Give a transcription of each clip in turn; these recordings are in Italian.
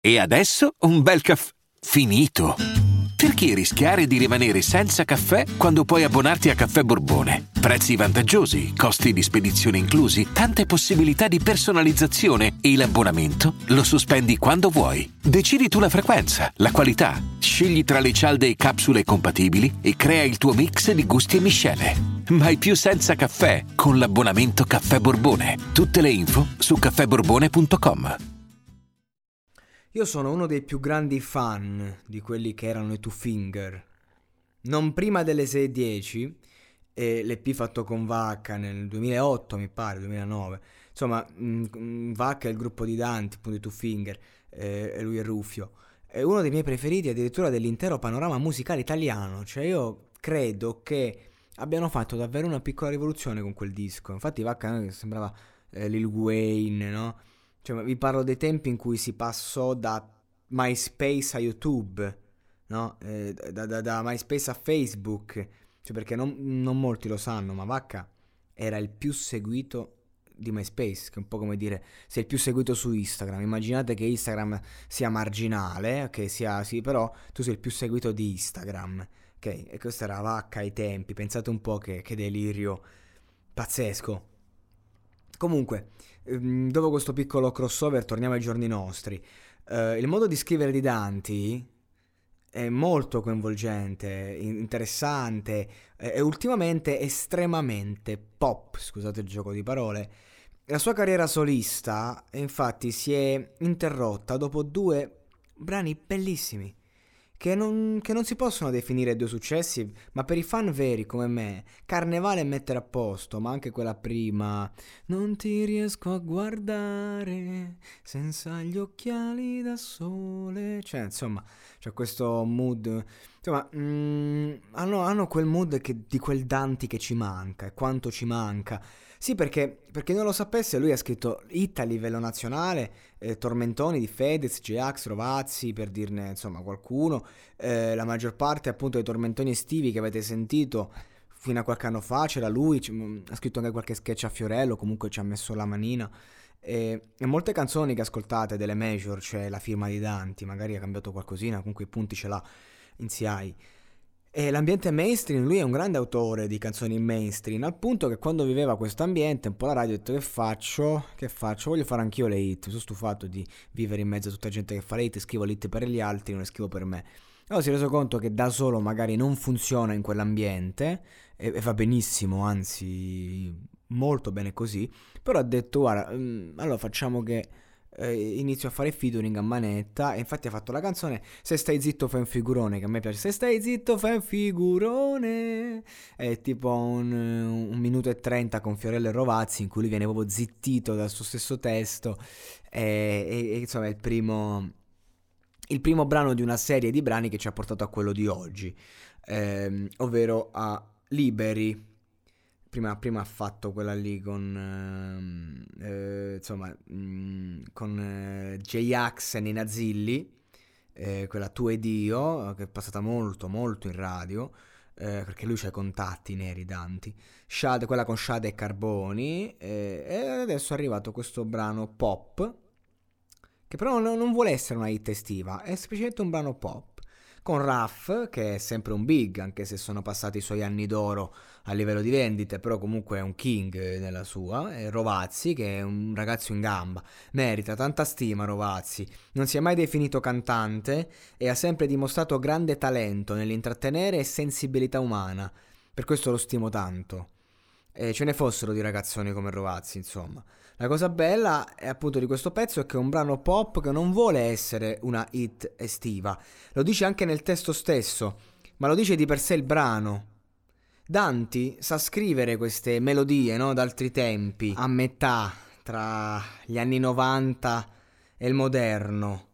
E adesso un bel caffè finito. Perché rischiare di rimanere senza caffè quando puoi abbonarti a Caffè Borbone? Prezzi vantaggiosi, costi di spedizione inclusi, tante possibilità di personalizzazione e l'abbonamento lo sospendi quando vuoi. Decidi tu la frequenza, la qualità, scegli tra le cialde e capsule compatibili e crea il tuo mix di gusti e miscele. Mai più senza caffè con l'abbonamento Caffè Borbone. Tutte le info su caffèborbone.com. Io sono uno dei più grandi fan di quelli che erano i Two Finger. Non prima delle 6:10, l'EP fatto con Vacca nel 2008, mi pare, 2009. Insomma, Vacca è il gruppo di Dante, appunto, i Two Finger, e lui è Rufio. È uno dei miei preferiti addirittura dell'intero panorama musicale italiano. Cioè, io credo che abbiano fatto davvero una piccola rivoluzione con quel disco. Infatti Vacca sembrava Lil Wayne, no? Cioè, vi parlo dei tempi in cui si passò da MySpace a YouTube, no? Da MySpace a Facebook. Cioè, perché non molti lo sanno, ma Vacca era il più seguito di MySpace, che è un po' come dire sei il più seguito su Instagram. Immaginate che Instagram sia marginale, che sia, sì, però tu sei il più seguito di Instagram, ok? E questo era Vacca ai tempi. Pensate un po' che delirio pazzesco. Comunque, dopo questo piccolo crossover torniamo ai giorni nostri. Il modo di scrivere di Danti è molto coinvolgente, interessante e ultimamente estremamente pop, scusate il gioco di parole. La sua carriera solista, infatti, si è interrotta dopo due brani bellissimi che non si possono definire due successi, ma per i fan veri come me, Carnevale e Mettere a Posto, ma anche quella prima, non ti riesco a guardare senza gli occhiali da sole, cioè insomma, c'è questo mood, insomma, hanno quel mood di quel Danti che ci manca, e quanto ci manca. Sì, perché non lo sapesse, lui ha scritto hit a livello nazionale, tormentoni di Fedez, J-Ax, Rovazzi, per dirne insomma qualcuno. La maggior parte appunto dei tormentoni estivi che avete sentito fino a qualche anno fa c'era lui, ha scritto anche qualche sketch a Fiorello, comunque ci ha messo la manina. E molte canzoni che ascoltate delle major c'è la firma di Danti, magari ha cambiato qualcosina, comunque i punti ce l'ha in CI. E l'ambiente mainstream, lui è un grande autore di canzoni mainstream, al punto che quando viveva questo ambiente, un po' la radio ha detto che faccio? Che faccio? Voglio fare anch'io le hit, sono stufato di vivere in mezzo a tutta gente che fa le hit, scrivo le hit per gli altri, non le scrivo per me. Allora si è reso conto che da solo magari non funziona in quell'ambiente, e va benissimo, anzi molto bene così, però ha detto guarda, allora facciamo che inizio a fare featuring a manetta, e infatti ha fatto la canzone Se stai zitto fai un figurone, che a me piace. Se stai zitto fai un figurone, è tipo un minuto e 30 con Fiorello e Rovazzi in cui lui viene proprio zittito dal suo stesso testo, e insomma è il primo brano di una serie di brani che ci ha portato a quello di oggi, ovvero a Liberi. Prima ha fatto quella lì con insomma con J-Ax e Nina Zilli, quella Tu ed Io, che è passata molto molto in radio, perché lui c'ha i contatti neri Danti. Quella con Shade e Carboni, e adesso è arrivato questo brano pop che però non vuole essere una hit estiva, è semplicemente un brano pop con Raff, che è sempre un big, anche se sono passati i suoi anni d'oro a livello di vendite, però comunque è un king nella sua, e Rovazzi, che è un ragazzo in gamba, merita tanta stima Rovazzi, non si è mai definito cantante e ha sempre dimostrato grande talento nell'intrattenere e sensibilità umana, per questo lo stimo tanto. E ce ne fossero di ragazzoni come Rovazzi, insomma. La cosa bella è appunto di questo pezzo è che è un brano pop che non vuole essere una hit estiva, lo dice anche nel testo stesso, ma lo dice di per sé il brano. Danti sa scrivere queste melodie, no, d'altri tempi, a metà tra gli anni 90 e il moderno.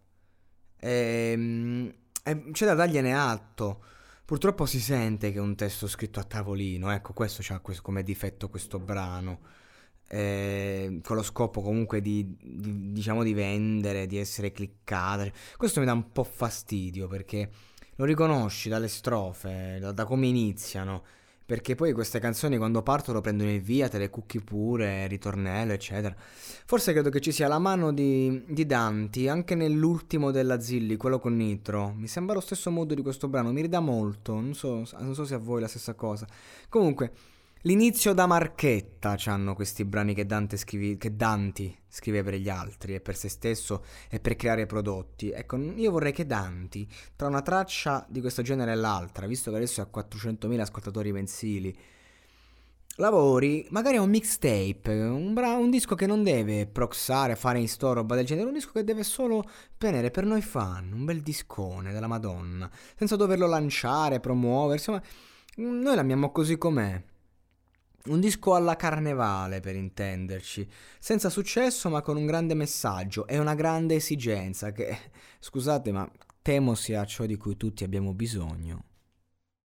C'è da dargliene atto. Purtroppo si sente che è un testo scritto a tavolino, ecco, questo c'ha come difetto questo brano, con lo scopo comunque diciamo di vendere, di essere cliccata. Questo mi dà un po' fastidio perché lo riconosci dalle strofe, da come iniziano, perché poi queste canzoni quando partono prendono il via, te le cucchi pure, ritornello, eccetera. Forse credo che ci sia la mano di Danti anche nell'ultimo della Zilli, quello con Nitro. Mi sembra lo stesso modo di questo brano, mi ridà molto, non so se a voi è la stessa cosa. Comunque, l'inizio da marchetta c'hanno questi brani che Danti scrive per gli altri e per se stesso e per creare prodotti. Ecco, io vorrei che Danti, tra una traccia di questo genere e l'altra, visto che adesso ha 400.000 ascoltatori mensili, lavori magari a un mixtape, un disco che non deve proxare, fare in store, roba del genere, un disco che deve solo tenere per noi fan, un bel discone della Madonna, senza doverlo lanciare, promuovere, insomma, noi l'amiamo così com'è. Un disco alla Carnevale, per intenderci, senza successo ma con un grande messaggio e una grande esigenza che, scusate, ma temo sia ciò di cui tutti abbiamo bisogno.